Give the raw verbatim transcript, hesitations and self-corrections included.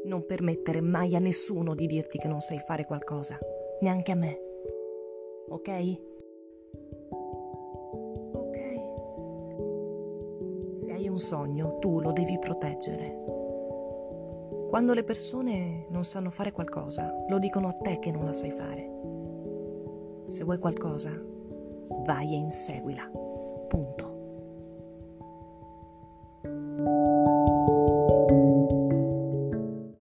Non permettere mai a nessuno di dirti che non sai fare qualcosa, neanche a me. Ok? Ok. Se hai un sogno, tu lo devi proteggere. Quando le persone non sanno fare qualcosa, lo dicono a te che non la sai fare. Se vuoi qualcosa, vai e inseguila. Punto.